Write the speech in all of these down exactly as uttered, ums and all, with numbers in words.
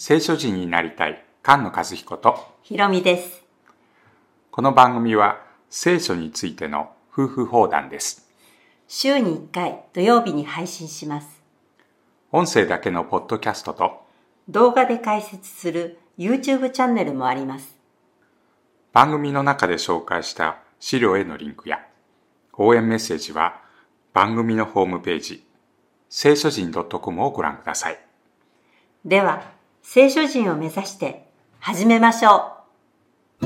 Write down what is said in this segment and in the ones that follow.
聖書人になりたい菅野和彦とひろみです。 この番組は聖書についての夫婦放談です。 週にいっかい土曜日に配信します。 音声だけのポッドキャストと動画で解説する YouTube チャンネルもあります。 番組の中で紹介した資料へのリンクや応援メッセージは番組のホームページ聖書人 .com をご覧ください。 では聖書人を目指して始めましょう。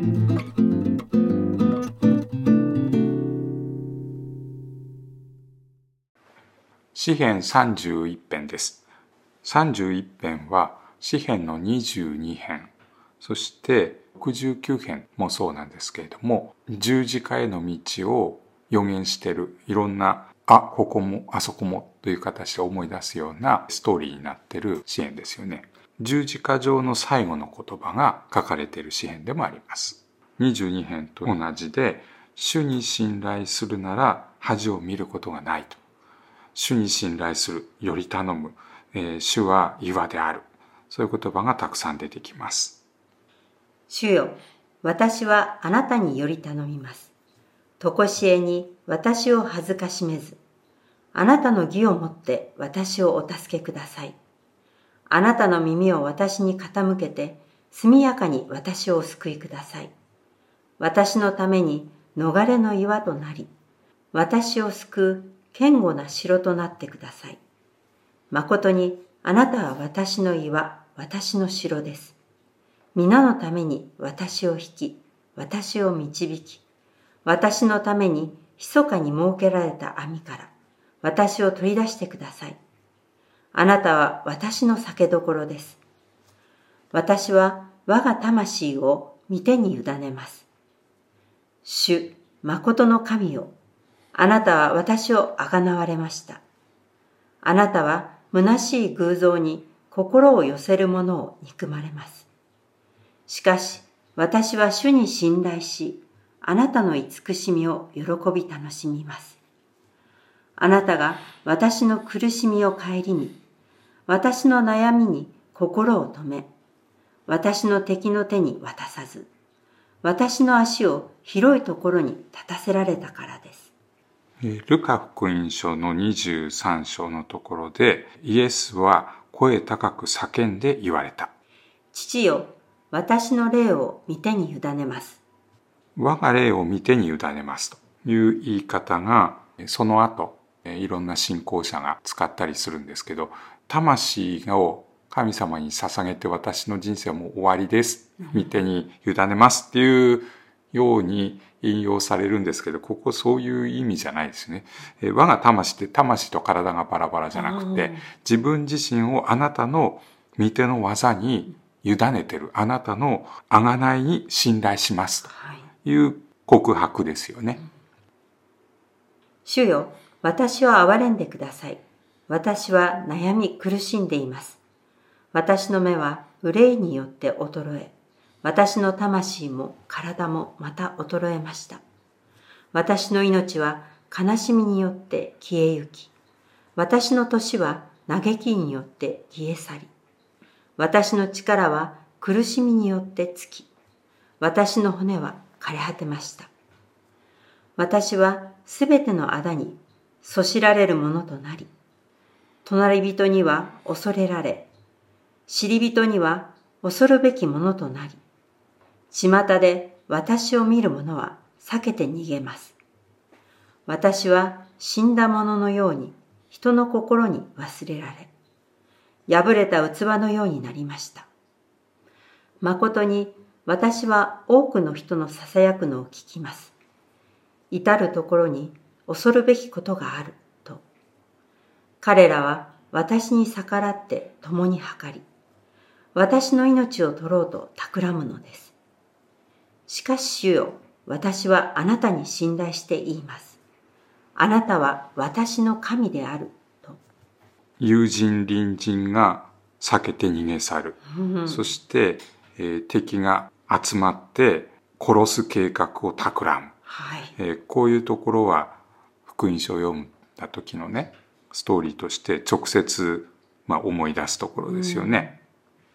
詩編さんじゅういっ編です。さんじゅういっ編は詩編のにじゅうに編、そしてろくじゅうきゅう編もそうなんですけれども、十字架への道を予言しているいろんなあ、ここもあそこもという形で思い出すようなストーリーになっている詩編ですよね。十字架上の最後の言葉が書かれている詩編でもあります。にじゅうに編と同じで、主に信頼するなら恥を見ることがないと。主に信頼する、より頼む、えー、主は岩である。そういう言葉がたくさん出てきます。 主よ、私はあなたにより頼みます。とこしえに私を恥ずかしめず、あなたの義をもって私をお助けください。あなたの耳を私に傾けて、速やかに私をお救いください。私のために逃れの岩となり、私を救う堅固な城となってください。誠にあなたは私の岩、私の城です。皆のために私を引き、私を導き、私のために密かに設けられた網から私を取り出してください。あなたは私の酒どころです。私は我が魂を御手に委ねます。主、誠の神よ、あなたは私をあがなわれました。あなたは虚しい偶像に心を寄せる者を憎まれます。しかし私は主に信頼し、あなたの慈しみを喜び楽しみます。あなたが私の苦しみを顧み、私の悩みに心を止め、私の敵の手に渡さず、私の足を広いところに立たせられたからです。 ルカ福音書のにじゅうさん章のところで、イエスは声高く叫んで言われた。 父よ、私の霊を御手に委ねます。 我が霊を御手に委ねますという言い方が、その後、いろんな信仰者が使ったりするんですけど、魂を神様に捧げて私の人生はもう終わりです。御手に委ねますっていうように引用されるんですけど、ここそういう意味じゃないですね。我が魂って魂と体がバラバラじゃなくて、自分自身をあなたの御手の技に委ねてる、あなたの贖いに信頼しますという告白ですよね。 主よ、私を憐れんでください。私は悩み苦しんでいます。私の目は憂いによって衰え、私の魂も体もまた衰えました。私の命は悲しみによって消えゆき、私の年は嘆きによって消え去り、私の力は苦しみによって尽き、私の骨は枯れ果てました。私はすべての仇にそしられるものとなり、隣人には恐れられ、知り人には恐るべきものとなり、巷で私を見る者は避けて逃げます。私は死んだ者のように人の心に忘れられ、破れた器のようになりました。誠に私は多くの人のささやくのを聞きます。至るところに恐るべきことがあると。彼らは私に逆らって共に計り、私の命を取ろうと企むのです。しかし主よ、私はあなたに信頼して言います。あなたは私の神であると。友人隣人が避けて逃げ去る。そして、えー、敵が集まって殺す計画を企む。 はいえー、こういうところは福音書を読んだ時のねストーリーとして直接、まあ、思い出すところですよね。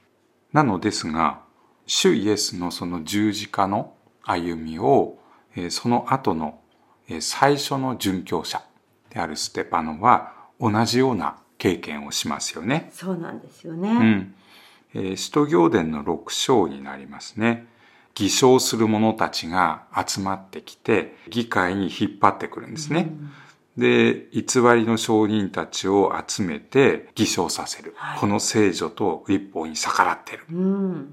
なのですが、主イエスのその十字架の歩みを、その後の最初の殉教者であるステパノは同じような経験をしますよね。 そうなんですよね。 うん。使徒行伝のろく章になりますね。偽証する者たちが集まってきて、議会に引っ張ってくるんですね。うん、で、偽りの証人たちを集めて偽証させる。はい、この聖女と律法に逆らってる。うん、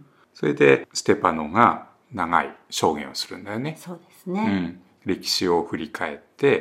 それで、ステパノが長い証言をするんだよね。 そうですね。 うん、歴史を振り返って、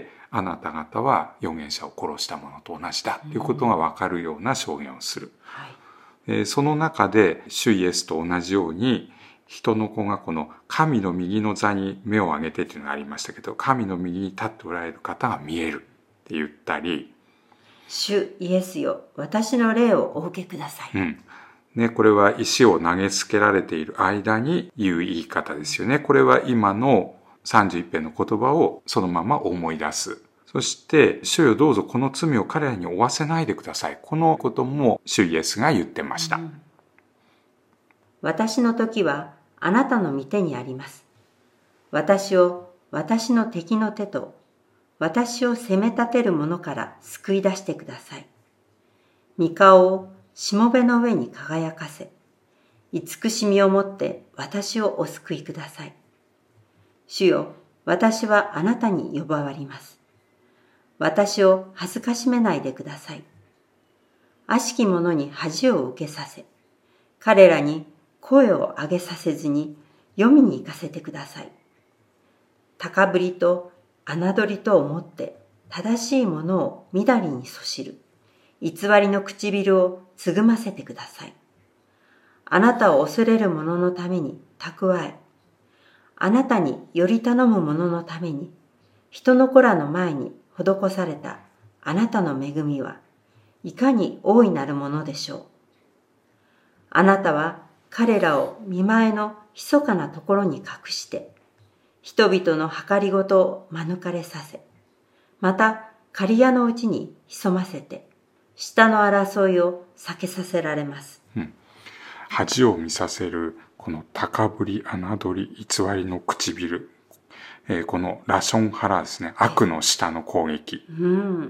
あなた方は預言者を殺した者と同じだということがわかるような証言をする。はい、その中で、主イエスと同じように、人の子がこの神の右の座に目を上げてというのがありましたけど、神の右に立っておられる方が見えるって言ったり、 主イエスよ、私の霊をお受けください。 うんね、これは石を投げつけられている間に言う言い方ですよね。これは今のさんじゅういっぺんの言葉をそのまま思い出す。そして、主よどうぞこの罪を彼らに負わせないでください。このことも主イエスが言ってました。うん、 私の時はあなたの御手にあります。私を私の敵の手と私を責め立てる者から救い出してください。御顔をしもべの上に輝かせ、慈しみをもって私をお救いください。主よ、私はあなたに呼ばわります。私を恥ずかしめないでください。悪しき者に恥を受けさせ、彼らに声を上げさせずに読みに行かせてください。高ぶりと侮りと思って正しいものをみだりにそしる。偽りの唇をつぐませてください。あなたを恐れる者のために蓄え、あなたにより頼む者のために、人の子らの前に施されたあなたの恵みはいかに大いなるものでしょう。あなたは彼らを見前の密かなところに隠して、人々の計りごとを免れさせ、また狩屋のうちに潜ませて、下の争いを避けさせられます。 うん、恥を見させるこの高ぶり、侮り、偽りの唇、えー、このラションハラですね、悪の下の攻撃、うん、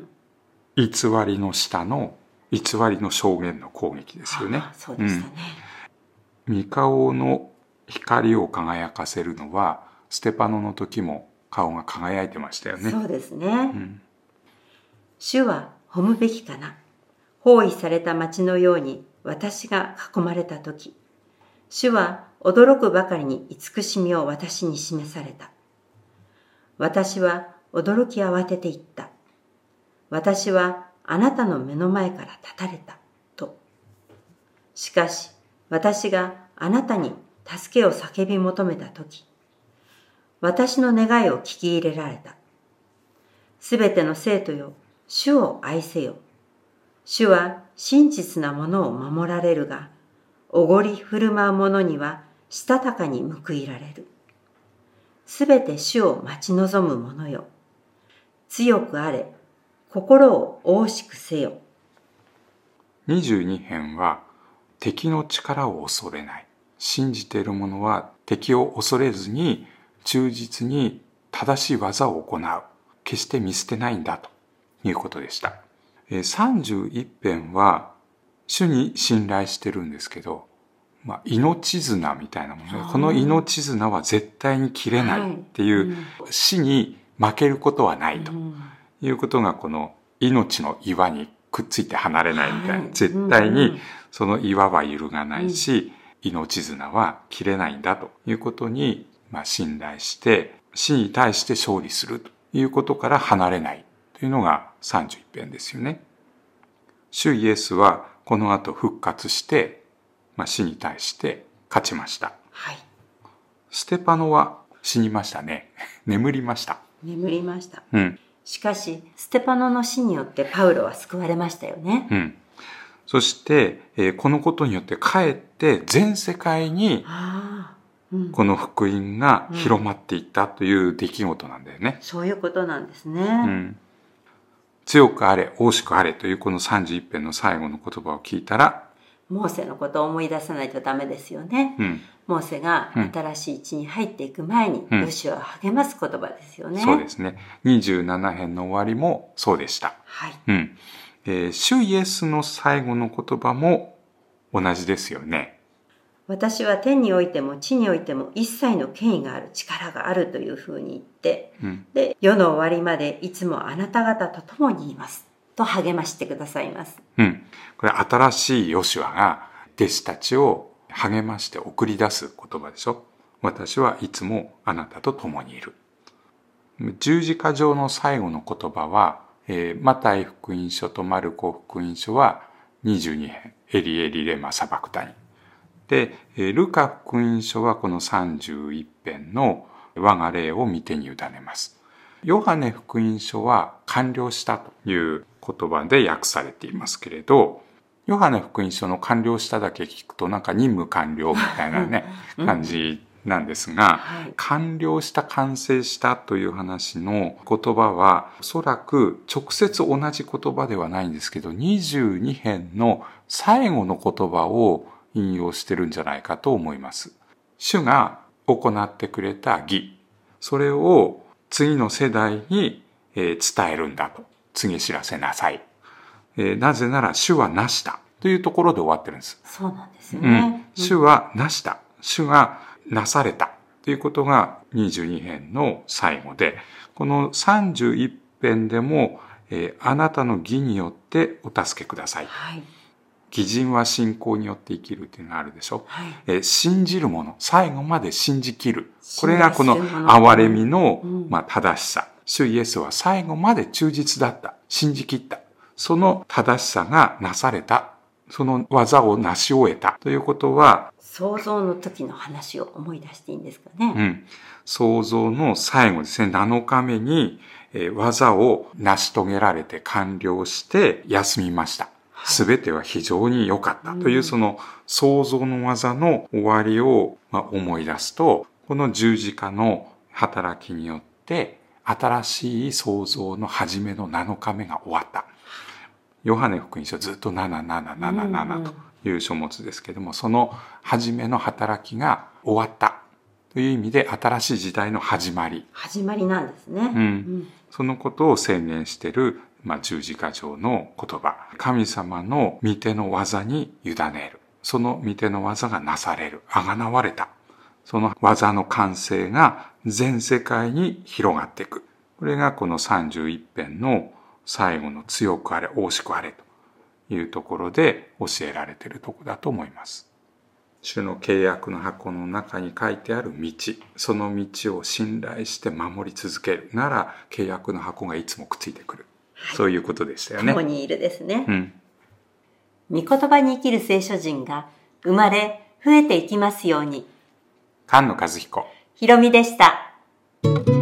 偽りの下の偽りの証言の攻撃ですよね。 ああ、そうでしたね。 うん、御顔の光を輝かせるのはステパノの時も顔が輝いてましたよね。 そうですね。うん、主は褒むべきかな。包囲された町のように私が囲まれたとき、主は驚くばかりに慈しみを私に示された。私は驚き慌てて言った。私はあなたの目の前から立たれた、と。しかし、私があなたに助けを叫び求めたとき、私の願いを聞き入れられた。すべての生徒よ、主を愛せよ。主は真実なものを守られるが、おごり振る舞う者にはしたたかに報いられる。すべて主を待ち望む者よ。強くあれ、心を大しくせよ。 にじゅうに編は敵の力を恐れない。信じている者は敵を恐れずに忠実に正しい技を行う。決して見捨てないんだということでした。さんじゅういち編は主に信頼してるんですけど、まあ、命綱みたいなもので、この命綱は絶対に切れないっていう、はい、うん、死に負けることはないということが、この命の岩にくっついて離れないみたいな、はい、絶対にその岩は揺るがないし、うん、命綱は切れないんだということに、まあ、信頼して死に対して勝利するということから離れないというのがさんじゅういち編ですよね。主イエスはこの後復活して、まあ、死に対して勝ちました。 はい。 ステパノは死にましたね。眠りました。 眠りました。 うん。 しかし、ステパノの死によってパウロは救われましたよね。 うん。そして、えー、このことによってかえって全世界にこの福音が広まっていったという出来事なんだよね。 うん、そういうことなんですね。 うん。強くあれ、大しくあれというこのさんじゅういち編の最後の言葉を聞いたら、 モーセのことを思い出さないとダメですよね。 うん、 モーセが新しい地に入っていく前に、ヨシュアを励ます言葉ですよね。 そうですね。にじゅうなな編の終わりもそうでした。 はい。 うん。えー、主イエスの最後の言葉も同じですよね。 私は天においても地においても一切の権威がある、力があるというふうに言って、うん、で、世の終わりまでいつもあなた方と共にいます。と励ましてくださいます。 うん。これ新しいヨシュアが弟子たちを励まして送り出す言葉でしょ。私はいつもあなたと共にいる。十字架上の最後の言葉は、えー、マタイ福音書とマルコ福音書はにじゅうに編、エリエリレマサバクタニ。で、ルカ福音書はこのさんじゅういち編の我が霊を御手に委ねます。ヨハネ福音書は完了したという言葉で訳されていますけれど、ヨハネ福音書の完了しただけ聞くとなんか任務完了みたいなね、感じなんですが、はい、完了した、完成したという話の言葉はおそらく直接同じ言葉ではないんですけど、にじゅうに編の最後の言葉を引用してるんじゃないかと思います。主が行ってくれた義、それを次の世代に伝えるんだと告げ知らせなさい。なぜなら主はなしたというところで終わってるんです。 そうなんですよね。 うん、主はなした、主がなされたということがにじゅうに編の最後で、このさんじゅういち編でも、えー、あなたの義によってお助けください。はい、義人は信仰によって生きるというのがあるでしょ、はい、えー、信じるもの、最後まで信じきる。これがこの憐れみの、うん、まあ、正しさ。主イエスは最後まで忠実だった。信じきった。その正しさがなされた。その技を成し終えた。ということは、 創造の時の話を思い出していいんですかね。 うん。創造の最後ですね、なのかめに、えー、技を成し遂げられて完了して休みました。すべては非常に良かったという、その創造の技の終わりを思い出すと、この十字架の働きによって新しい創造の初めのなのかめが終わった。ヨハネ福音書ずっとななななななななという書物ですけども、その初めの働きが終わったという意味で新しい時代の始まり。 始まりなんですね。 うんうん、そのことを宣言しているまあ、十字架上の言葉。神様の御手の技に委ねる。その御手の技がなされる。あがなわれた。その技の完成が全世界に広がっていく。これがこのさんじゅういち編の最後の強くあれ、大しくあれというところで教えられているところだと思います。主の契約の箱の中に書いてある道。その道を信頼して守り続けるなら、契約の箱がいつもくっついてくる。はい、そういうことでしたよね。 共にいるですね。 うん。 御言葉に生きる聖書人が生まれ増えていきますように。 菅野和彦。 ひろみでした。